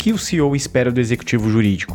que o CEO espera do executivo jurídico?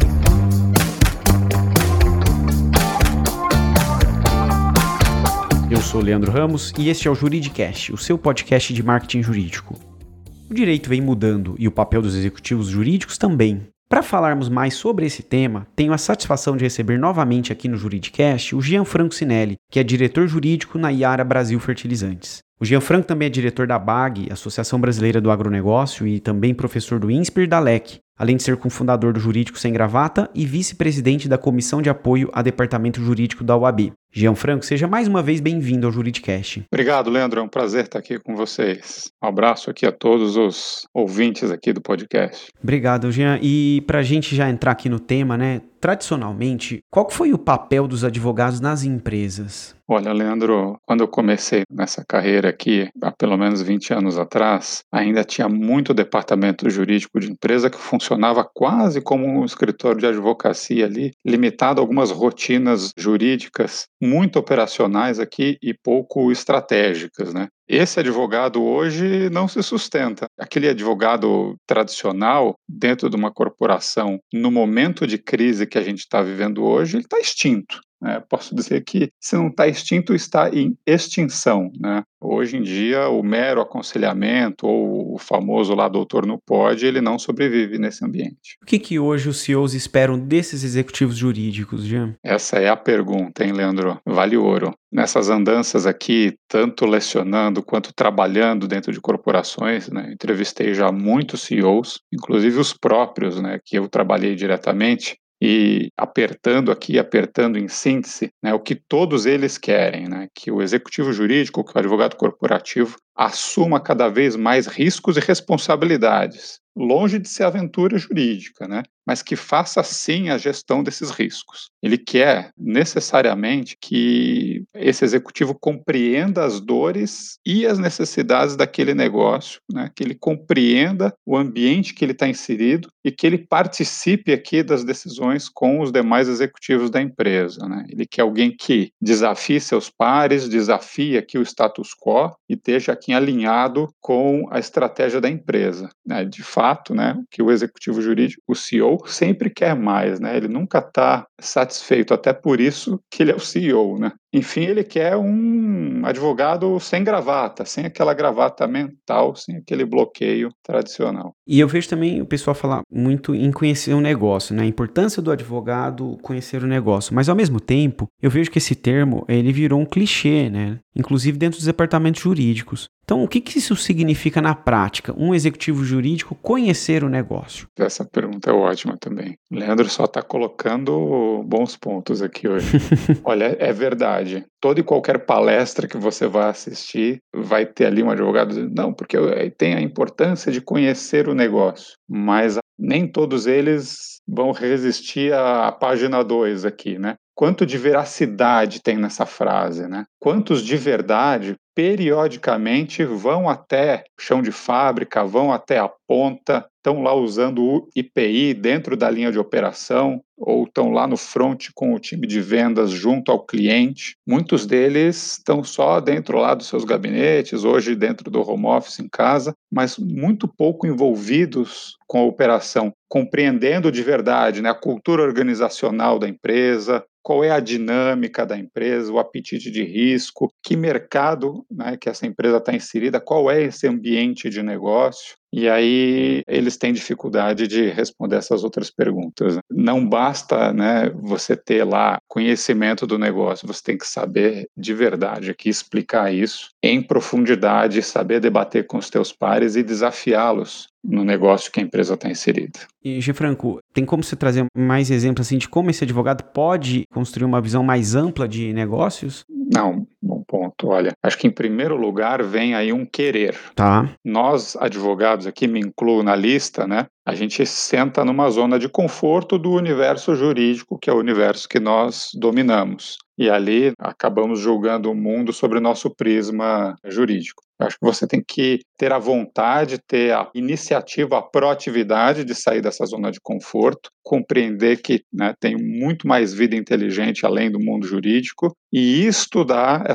Eu sou Leandro Ramos e este é o Juridicast, o seu podcast de marketing jurídico. O direito vem mudando e o papel dos executivos jurídicos também. Para falarmos mais sobre esse tema, tenho a satisfação de receber novamente aqui no Juridicast o Gianfranco Sinelli, que é diretor jurídico na Yara Brasil Fertilizantes. O Gianfranco também é diretor da BAG, Associação Brasileira do Agronegócio, e também professor do INSPER e da LEC, além de ser cofundador do Jurídico Sem Gravata e vice-presidente da Comissão de Apoio a Departamento Jurídico da UAB. Gianfranco, seja mais uma vez bem-vindo ao Juridicast. Obrigado, Leandro. É um prazer estar aqui com vocês. Um abraço aqui a todos os ouvintes aqui do podcast. Obrigado, Jean. E para a gente já entrar aqui no tema, tradicionalmente, qual foi o papel dos advogados nas empresas? Olha, Leandro, quando eu comecei nessa carreira aqui, há pelo menos 20 anos atrás, ainda tinha muito departamento jurídico de empresa que funcionava quase como um escritório de advocacia ali, limitado a algumas rotinas jurídicas muito operacionais aqui e pouco estratégicas, né? Esse advogado hoje não se sustenta. Aquele advogado tradicional, dentro de uma corporação, no momento de crise que a gente está vivendo hoje, ele está extinto. Posso dizer que, se não está extinto, está em extinção, né? Hoje em dia, o mero aconselhamento ou o famoso lá doutor não pode, ele não sobrevive nesse ambiente. O que hoje os CEOs esperam desses executivos jurídicos, Jean? Essa é a pergunta, hein, Leandro? Vale ouro. Nessas andanças aqui, tanto lecionando quanto trabalhando dentro de corporações, né, entrevistei já muitos CEOs, inclusive os próprios, né, que eu trabalhei diretamente, e apertando em síntese, né, o que todos eles querem, né, que o executivo jurídico, que o advogado corporativo, assuma cada vez mais riscos e responsabilidades, longe de ser aventura jurídica, né, mas que faça sim a gestão desses riscos. Ele quer necessariamente que esse executivo compreenda as dores e as necessidades daquele negócio, né, que ele compreenda o ambiente que ele está inserido e que ele participe aqui das decisões com os demais executivos da empresa, né. Ele quer alguém que desafie seus pares, desafie aqui o status quo e esteja aqui alinhado com a estratégia da empresa, né. De fato, né, que o executivo jurídico, o CEO, sempre quer mais, né? Ele nunca está satisfeito, até por isso que ele é o CEO, né? Enfim, ele quer um advogado sem gravata, sem aquela gravata mental, sem aquele bloqueio tradicional. E eu vejo também o pessoal falar muito em conhecer o negócio, né? A importância do advogado conhecer o negócio. Mas, ao mesmo tempo, eu vejo que esse termo, ele virou um clichê, né? Inclusive dentro dos departamentos jurídicos. Então, o que isso significa na prática? Um executivo jurídico conhecer o negócio? Essa pergunta é ótima também. O Leandro só está colocando bons pontos aqui hoje. Olha, é verdade. Toda e qualquer palestra que você vai assistir, vai ter ali um advogado dizendo, não, porque tem a importância de conhecer o negócio. Mas nem todos eles vão resistir à página 2 aqui, né? Quanto de veracidade tem nessa frase, né? Quantos de verdade, periodicamente, vão até o chão de fábrica, vão até a ponta, estão lá usando o IPI dentro da linha de operação, ou estão lá no front com o time de vendas junto ao cliente. Muitos deles estão só dentro lá dos seus gabinetes, hoje dentro do home office em casa, mas muito pouco envolvidos com a operação, compreendendo de verdade, né, a cultura organizacional da empresa, qual é a dinâmica da empresa, o apetite de risco, que mercado, né, que essa empresa está inserida, qual é esse ambiente de negócio. E aí eles têm dificuldade de responder essas outras perguntas. Não basta, né, você ter lá conhecimento do negócio, você tem que saber de verdade aqui explicar isso em profundidade, saber debater com os teus pares e desafiá-los no negócio que a empresa está inserida. E, Gianfranco, tem como você trazer mais exemplos assim, de como esse advogado pode construir uma visão mais ampla de negócios? Não, bom ponto. Olha, acho que em primeiro lugar vem aí um querer. Tá. Nós, advogados aqui, me incluo na lista, né? A gente senta numa zona de conforto do universo jurídico, que é o universo que nós dominamos. E ali acabamos julgando o mundo sobre o nosso prisma jurídico. Eu acho que você tem que ter a vontade, ter a iniciativa, a proatividade de sair dessa zona de conforto, compreender que, né, tem muito mais vida inteligente além do mundo jurídico e estudar essas outras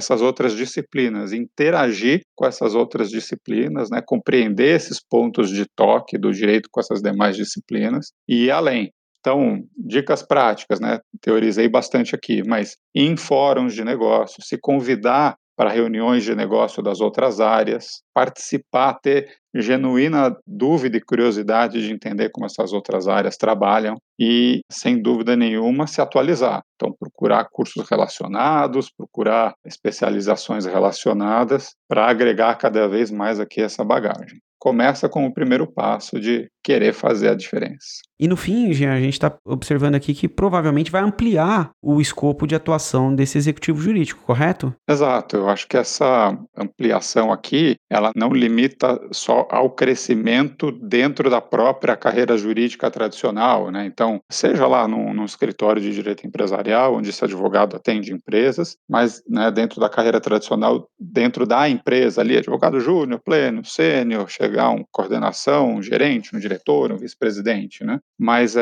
outras disciplinas, interagir com essas outras disciplinas, né, compreender esses pontos de toque do direito com essas demais disciplinas e ir além. Então, dicas práticas, né? Teorizei bastante aqui, mas em fóruns de negócio, se convidar para reuniões de negócio das outras áreas, participar, ter genuína dúvida e curiosidade de entender como essas outras áreas trabalham e, sem dúvida nenhuma, se atualizar. Então, procurar cursos relacionados, procurar especializações relacionadas para agregar cada vez mais aqui essa bagagem. Começa com o primeiro passo de querer fazer a diferença. E no fim, Jean, a gente está observando aqui que provavelmente vai ampliar o escopo de atuação desse executivo jurídico, correto? Exato, eu acho que essa ampliação aqui, ela não limita só ao crescimento dentro da própria carreira jurídica tradicional, né? Então, seja lá num escritório de direito empresarial, onde esse advogado atende empresas, mas, né, dentro da carreira tradicional, dentro da empresa ali, advogado júnior, pleno, sênior, chegar a uma coordenação, um gerente, um diretor, um vice-presidente, né? Mas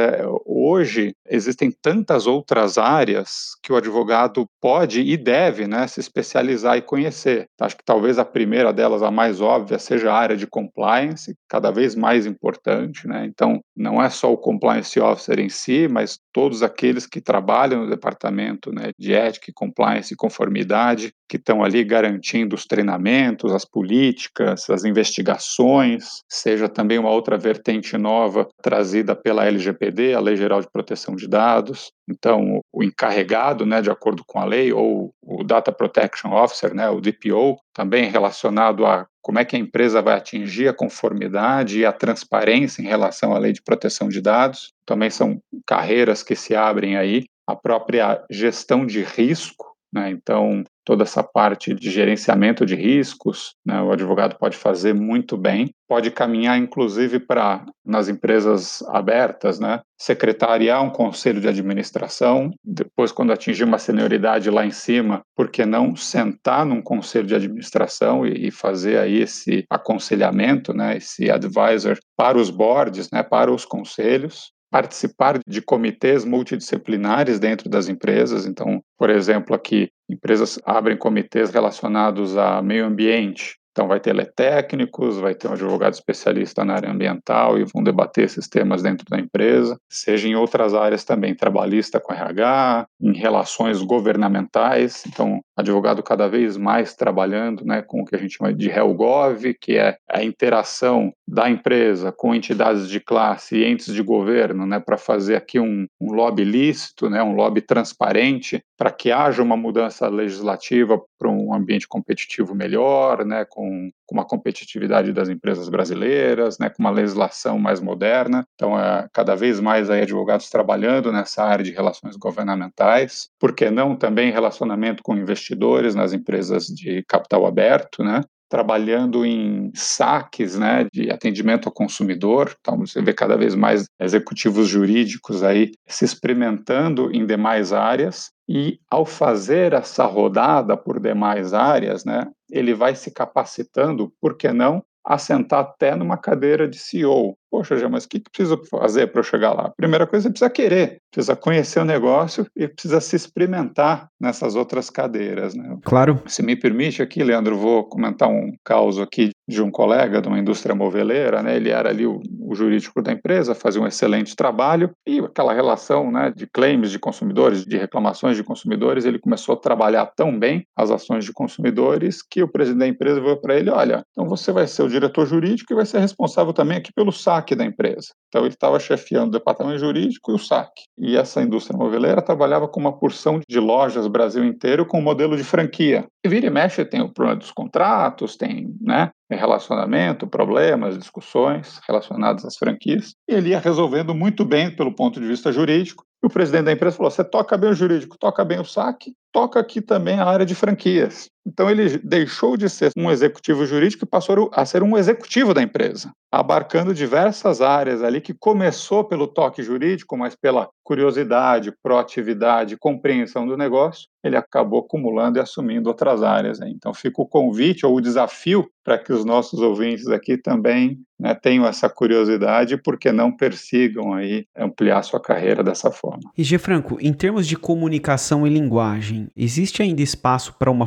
hoje existem tantas outras áreas que o advogado pode e deve, né, se especializar e conhecer. Acho que talvez a primeira delas, a mais óbvia, seja a área de compliance, cada vez mais importante, né? Então, não é só o compliance officer em si, mas todos aqueles que trabalham no departamento, né, de ética, compliance e conformidade, que estão ali garantindo os treinamentos, as políticas, as investigações, seja também uma outra vertente nova trazida pela LGPD, a Lei Geral de Proteção de Dados. Então, o encarregado, né, de acordo com a lei, ou o Data Protection Officer, né, o DPO, também relacionado a como é que a empresa vai atingir a conformidade e a transparência em relação à lei de proteção de dados. Também são carreiras que se abrem aí. A própria gestão de risco, né, então toda essa parte de gerenciamento de riscos, né, o advogado pode fazer muito bem, pode caminhar inclusive para, nas empresas abertas, né, secretariar um conselho de administração, depois quando atingir uma senioridade lá em cima, por que não sentar num conselho de administração e fazer aí esse aconselhamento, né, esse advisor para os boards, né, para os conselhos, participar de comitês multidisciplinares dentro das empresas. Então, por exemplo, aqui, empresas abrem comitês relacionados a meio ambiente. Então, vai ter técnicos, vai ter um advogado especialista na área ambiental e vão debater esses temas dentro da empresa, seja em outras áreas também, trabalhista com RH, em relações governamentais. Então, advogado cada vez mais trabalhando, né, com o que a gente chama de RELGOV, que é a interação da empresa com entidades de classe e entes de governo, né, para fazer aqui um lobby lícito, né, um lobby transparente, para que haja uma mudança legislativa para um ambiente competitivo melhor, né, com uma competitividade das empresas brasileiras, né, com uma legislação mais moderna. Então, cada vez mais aí advogados trabalhando nessa área de relações governamentais, por que não também relacionamento com investidores nas empresas de capital aberto, né? Trabalhando em saques, né, de atendimento ao consumidor. Então, você vê cada vez mais executivos jurídicos aí se experimentando em demais áreas e, ao fazer essa rodada por demais áreas, né, ele vai se capacitando, por que não, a sentar até numa cadeira de CEO. Poxa, Jean, mas o que precisa fazer para eu chegar lá? A primeira coisa, você precisa querer, precisa conhecer o negócio e precisa se experimentar nessas outras cadeiras, né? Claro. Se me permite aqui, Leandro, vou comentar um caso aqui de um colega de uma indústria moveleira, né? Ele era ali o jurídico da empresa, fazia um excelente trabalho e aquela relação, né, de claims de consumidores, de reclamações de consumidores, ele começou a trabalhar tão bem as ações de consumidores que o presidente da empresa falou para ele, olha, então você vai ser o diretor jurídico e vai ser responsável também aqui pelo saque da empresa. Então ele estava chefiando o departamento jurídico e o saque. E essa indústria moveleira trabalhava com uma porção de lojas Brasil inteiro com um modelo de franquia. E vira e mexe tem o problema dos contratos, tem, né, relacionamento, problemas, discussões relacionadas às franquias. E ele ia resolvendo muito bem pelo ponto de vista jurídico. E o presidente da empresa falou, você toca bem o jurídico, toca bem o saque, toca aqui também a área de franquias. Então ele deixou de ser um executivo jurídico e passou a ser um executivo da empresa, abarcando diversas áreas ali que começou pelo toque jurídico, mas pela curiosidade, proatividade, compreensão do negócio, ele acabou acumulando e assumindo outras áreas. Então fica o convite ou o desafio para que os nossos ouvintes aqui também, né, tenham essa curiosidade, porque não persigam aí ampliar sua carreira dessa forma. E Gefranco, em termos de comunicação e linguagem, existe ainda espaço para uma forma de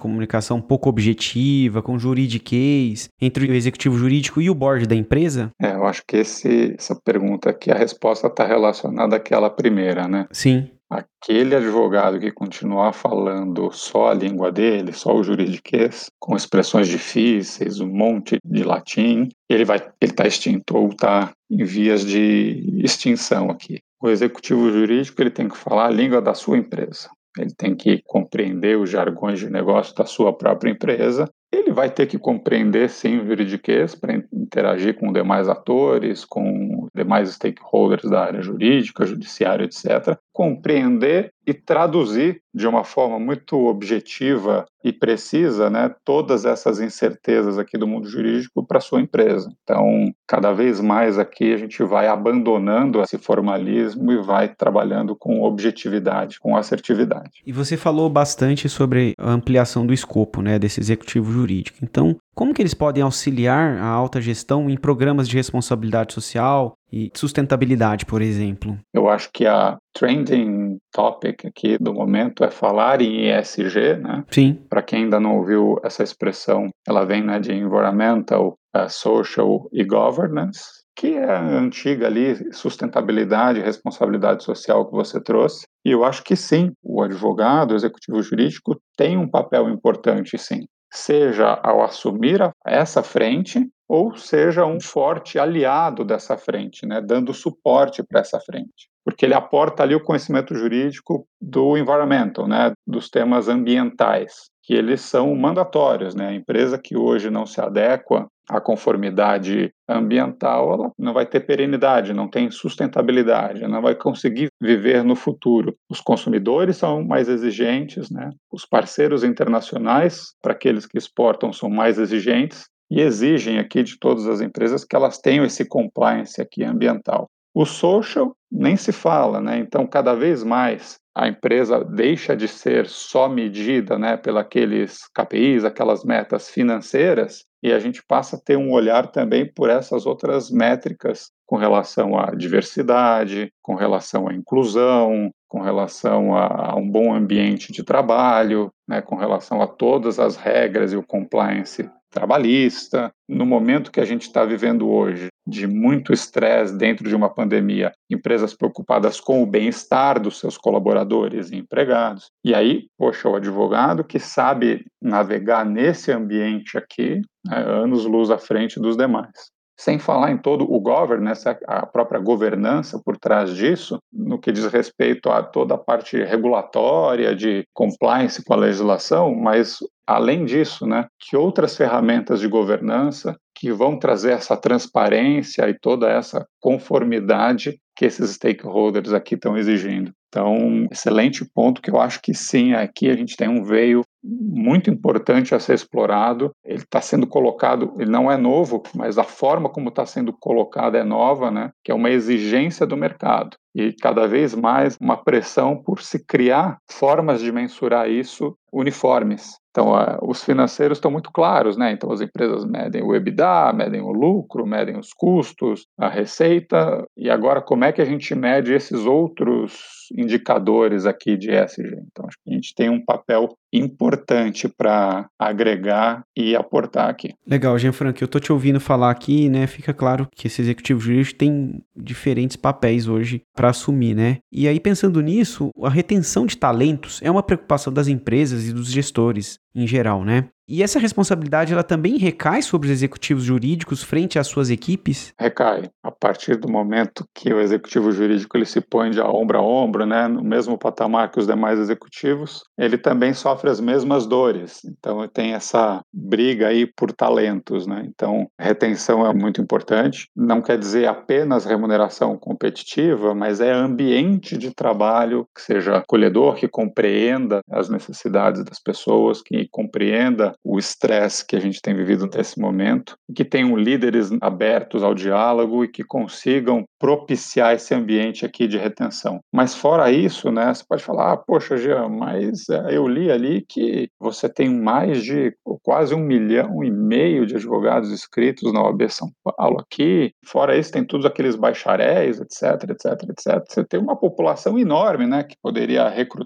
comunicação pouco objetiva, com juridiquês, entre o executivo jurídico e o board da empresa? Eu acho que essa pergunta aqui, a resposta está relacionada àquela primeira, né? Sim. Aquele advogado que continuar falando só a língua dele, só o juridiquês, com expressões difíceis, um monte de latim, ele está extinto ou está em vias de extinção aqui. O executivo jurídico ele tem que falar a língua da sua empresa. Ele tem que compreender os jargões de negócio da sua própria empresa. Ele vai ter que compreender, sim, o juridiquês para interagir com demais atores, com demais stakeholders da área jurídica, judiciária, etc. Compreender e traduzir de uma forma muito objetiva e precisa, né, todas essas incertezas aqui do mundo jurídico para a sua empresa. Então, cada vez mais aqui a gente vai abandonando esse formalismo e vai trabalhando com objetividade, com assertividade. E você falou bastante sobre a ampliação do escopo, né, desse executivo jurídico. Então, como que eles podem auxiliar a alta gestão em programas de responsabilidade social e sustentabilidade, por exemplo? Eu acho que a trending topic aqui do momento é falar em ESG, né? Sim. Para quem ainda não ouviu essa expressão, ela vem, né, de Environmental, Social e Governance, que é a antiga ali sustentabilidade e responsabilidade social que você trouxe. E eu acho que sim, o advogado, o executivo jurídico tem um papel importante, sim. Seja ao assumir essa frente, ou seja um forte aliado dessa frente, né, dando suporte para essa frente. Porque ele aporta ali o conhecimento jurídico do environmental, né, dos temas ambientais, que eles são mandatórios, né? A empresa que hoje não se adequa à conformidade ambiental, ela não vai ter perenidade, não tem sustentabilidade, não vai conseguir viver no futuro. Os consumidores são mais exigentes, né? Os parceiros internacionais, para aqueles que exportam, são mais exigentes e exigem aqui de todas as empresas que elas tenham esse compliance aqui ambiental. O social nem se fala, né? Então, cada vez mais a empresa deixa de ser só medida, né, pelos KPIs, aquelas metas financeiras, e a gente passa a ter um olhar também por essas outras métricas com relação à diversidade, com relação à inclusão, com relação a um bom ambiente de trabalho, né, com relação a todas as regras e o compliance trabalhista. No momento que a gente está vivendo hoje, de muito estresse dentro de uma pandemia, empresas preocupadas com o bem-estar dos seus colaboradores e empregados. E aí, poxa, o advogado que sabe navegar nesse ambiente aqui, né, anos-luz à frente dos demais. Sem falar em todo o governance, a própria governança por trás disso, no que diz respeito a toda a parte regulatória, de compliance com a legislação, mas além disso, né, que outras ferramentas de governança que vão trazer essa transparência e toda essa conformidade que esses stakeholders aqui estão exigindo. Então, excelente ponto que eu acho que sim, aqui a gente tem um veio muito importante a ser explorado. Ele está sendo colocado, ele não é novo, mas a forma como está sendo colocado é nova, né? Que é uma exigência do mercado. E cada vez mais uma pressão por se criar formas de mensurar isso uniformes. Então, os financeiros estão muito claros, né? Então, as empresas medem o EBITDA, medem o lucro, medem os custos, a receita. E agora, como é que a gente mede esses outros indicadores aqui de ESG? Então, acho que a gente tem um papel importante para agregar e aportar aqui. Legal, Gianfranco, eu tô te ouvindo falar aqui, né? Fica claro que esse executivo jurídico tem diferentes papéis hoje para assumir, né? E aí, pensando nisso, a retenção de talentos é uma preocupação das empresas e dos gestores em geral, né? E essa responsabilidade, ela também recai sobre os executivos jurídicos frente às suas equipes? Recai. A partir do momento que o executivo jurídico ele se põe de ombro a ombro, né, no mesmo patamar que os demais executivos, ele também sofre as mesmas dores. Então, tem essa briga aí por talentos, né? Então, retenção é muito importante. Não quer dizer apenas remuneração competitiva, mas é ambiente de trabalho que seja acolhedor, que compreenda as necessidades das pessoas, que compreenda o estresse que a gente tem vivido nesse momento, que tenham líderes abertos ao diálogo e que consigam propiciar esse ambiente aqui de retenção. Mas fora isso, né, você pode falar, poxa, Jean, mas eu li ali que você tem mais de quase 1,5 milhão de advogados inscritos na OAB São Paulo aqui, fora isso tem todos aqueles bacharéis, etc, etc, etc. Você tem uma população enorme, né, que poderia recrutar.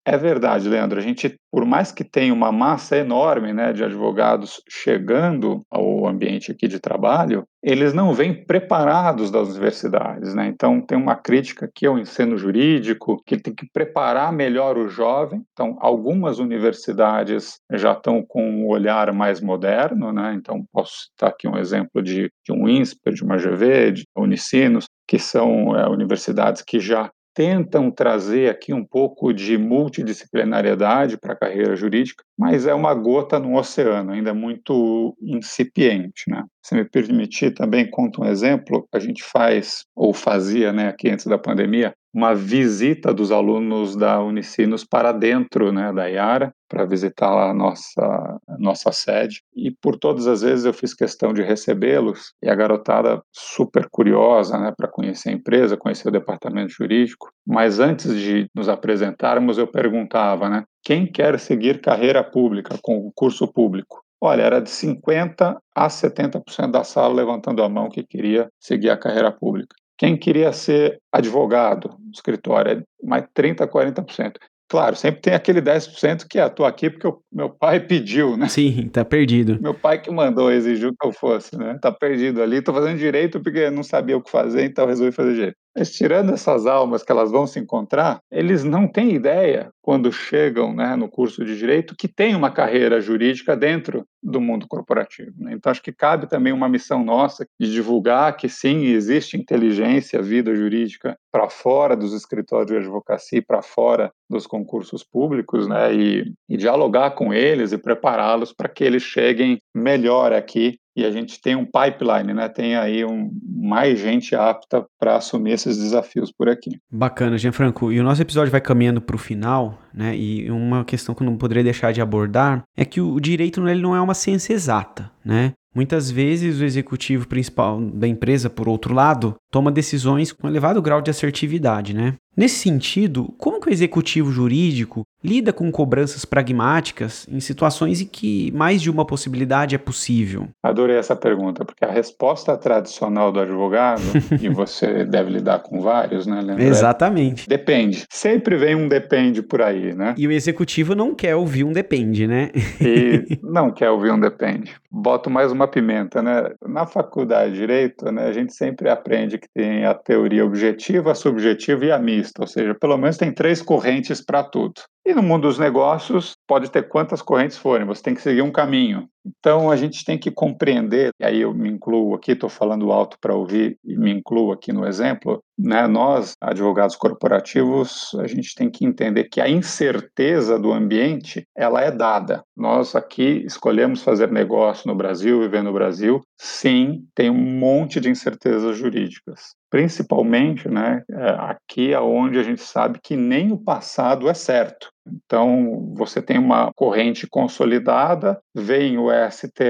É verdade, Leandro. A gente, por mais que tenha uma massa enorme, né, de advogados chegando ao ambiente aqui de trabalho, eles não vêm preparados das universidades, né? Então, tem uma crítica que é o ensino jurídico, que tem que preparar melhor o jovem. Então, algumas universidades já estão com um olhar mais moderno, né? Então, posso citar aqui um exemplo de um INSPER, de uma GV, de Unicinos, que são universidades que já tentam trazer aqui um pouco de multidisciplinariedade para a carreira jurídica, mas é uma gota no oceano, ainda muito incipiente, né? Se me permitir também, conto um exemplo, a gente faz, ou fazia, né, aqui antes da pandemia, uma visita dos alunos da Unicinos para dentro, né, da Iara, para visitar lá a nossa sede. E por todas as vezes eu fiz questão de recebê-los, e a garotada super curiosa, né, para conhecer a empresa, conhecer o departamento jurídico. Mas antes de nos apresentarmos, eu perguntava, né, quem quer seguir carreira pública, concurso público? Olha, era de 50% a 70% da sala levantando a mão que queria seguir a carreira pública. Quem queria ser advogado no escritório, mais 30%, 40%. Claro, sempre tem aquele 10% que estou aqui porque o meu pai pediu, né? Sim, tá perdido. Meu pai que mandou, exigiu que eu fosse, né? Tá perdido ali, tô fazendo direito porque não sabia o que fazer, então resolvi fazer direito. Mas tirando essas almas que elas vão se encontrar, eles não têm ideia, quando chegam, né, no curso de direito, que tem uma carreira jurídica dentro do mundo corporativo, né? Então acho que cabe também uma missão nossa de divulgar que sim, existe inteligência, vida jurídica para fora dos escritórios de advocacia, para fora dos concursos públicos, né, e dialogar com eles e prepará-los para que eles cheguem melhor aqui e a gente tem um pipeline, né, tem aí mais gente apta para assumir esses desafios por aqui. Bacana, Gianfranco. E o nosso episódio vai caminhando para o final, né? E uma questão que eu não poderia deixar de abordar é que o direito ele não é uma ciência exata, né? Muitas vezes o executivo principal da empresa, por outro lado, toma decisões com elevado grau de assertividade, né? Nesse sentido, como que o executivo jurídico lida com cobranças pragmáticas em situações em que mais de uma possibilidade é possível? Adorei essa pergunta, porque a resposta tradicional do advogado, e você deve lidar com vários, né, Leandro? Exatamente. Depende. Sempre vem um depende por aí, né? E o executivo não quer ouvir um depende, né? E não quer ouvir um depende. Boto mais uma pimenta, né? Na faculdade de Direito, né, a gente sempre aprende que tem a teoria objetiva, a subjetiva e a mista, ou seja, pelo menos tem 3 correntes para tudo. E no mundo dos negócios, pode ter quantas correntes forem, você tem que seguir um caminho. Então, a gente tem que compreender, e aí eu me incluo aqui, estou falando alto para ouvir e me incluo aqui no exemplo, né? Nós, advogados corporativos, a gente tem que entender que a incerteza do ambiente, ela é dada. Nós aqui escolhemos fazer negócio no Brasil, viver no Brasil, sim, tem um monte de incertezas jurídicas. Principalmente, né, aqui é onde a gente sabe que nem o passado é certo. Então, você tem uma corrente consolidada, vem o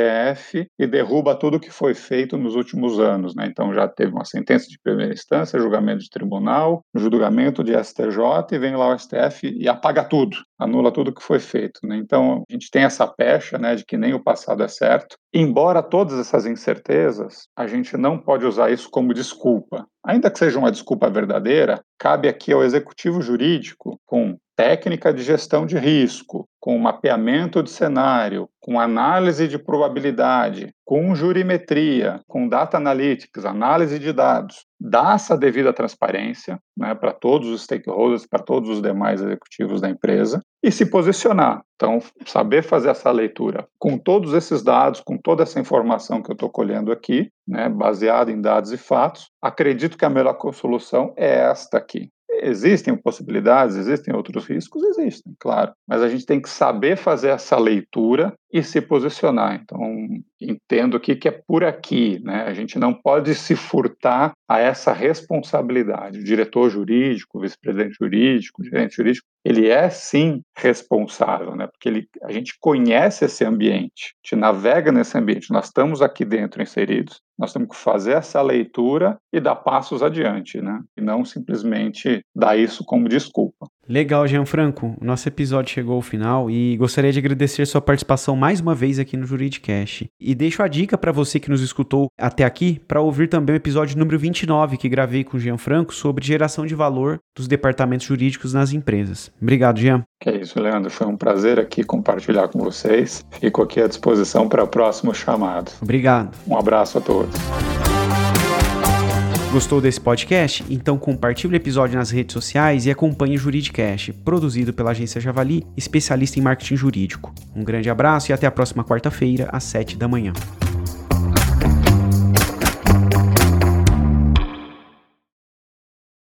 STF e derruba tudo que foi feito nos últimos anos, né? Então, já teve uma sentença de primeira instância, julgamento de tribunal, julgamento de STJ, e vem lá o STF e apaga tudo, anula tudo que foi feito, né? Então, a gente tem essa pecha, né, de que nem o passado é certo. Embora todas essas incertezas, a gente não pode usar isso como desculpa. Ainda que seja uma desculpa verdadeira, cabe aqui ao executivo jurídico, com técnica de gestão de risco, com mapeamento de cenário, com análise de probabilidade, com jurimetria, com data analytics, análise de dados, dar essa devida transparência, né, para todos os stakeholders, para todos os demais executivos da empresa e se posicionar. Então, saber fazer essa leitura com todos esses dados, com toda essa informação que eu estou colhendo aqui, né, baseado em dados e fatos, acredito que a melhor solução é esta aqui. Existem possibilidades, existem outros riscos? Existem, claro. Mas a gente tem que saber fazer essa leitura e se posicionar. Então, entendo aqui que é por aqui, né? A gente não pode se furtar a essa responsabilidade. O diretor jurídico, o vice-presidente jurídico, o gerente jurídico, ele é sim responsável, né? Porque a gente conhece esse ambiente, a gente navega nesse ambiente, nós estamos aqui dentro inseridos. Nós temos que fazer essa leitura e dar passos adiante, né? E não simplesmente dar isso como desculpa. Legal, Gianfranco. O nosso episódio chegou ao final e gostaria de agradecer sua participação mais uma vez aqui no Juridicast. E deixo a dica para você que nos escutou até aqui para ouvir também o episódio número 29 que gravei com o Gianfranco sobre geração de valor dos departamentos jurídicos nas empresas. Obrigado, Gian. Que é isso, Leandro. Foi um prazer aqui compartilhar com vocês. Fico aqui à disposição para o próximo chamado. Obrigado. Um abraço a todos. Gostou desse podcast? Então compartilhe o episódio nas redes sociais e acompanhe o Juridicast, produzido pela agência Javali, especialista em marketing jurídico. Um grande abraço e até a próxima quarta-feira, às 7 da manhã.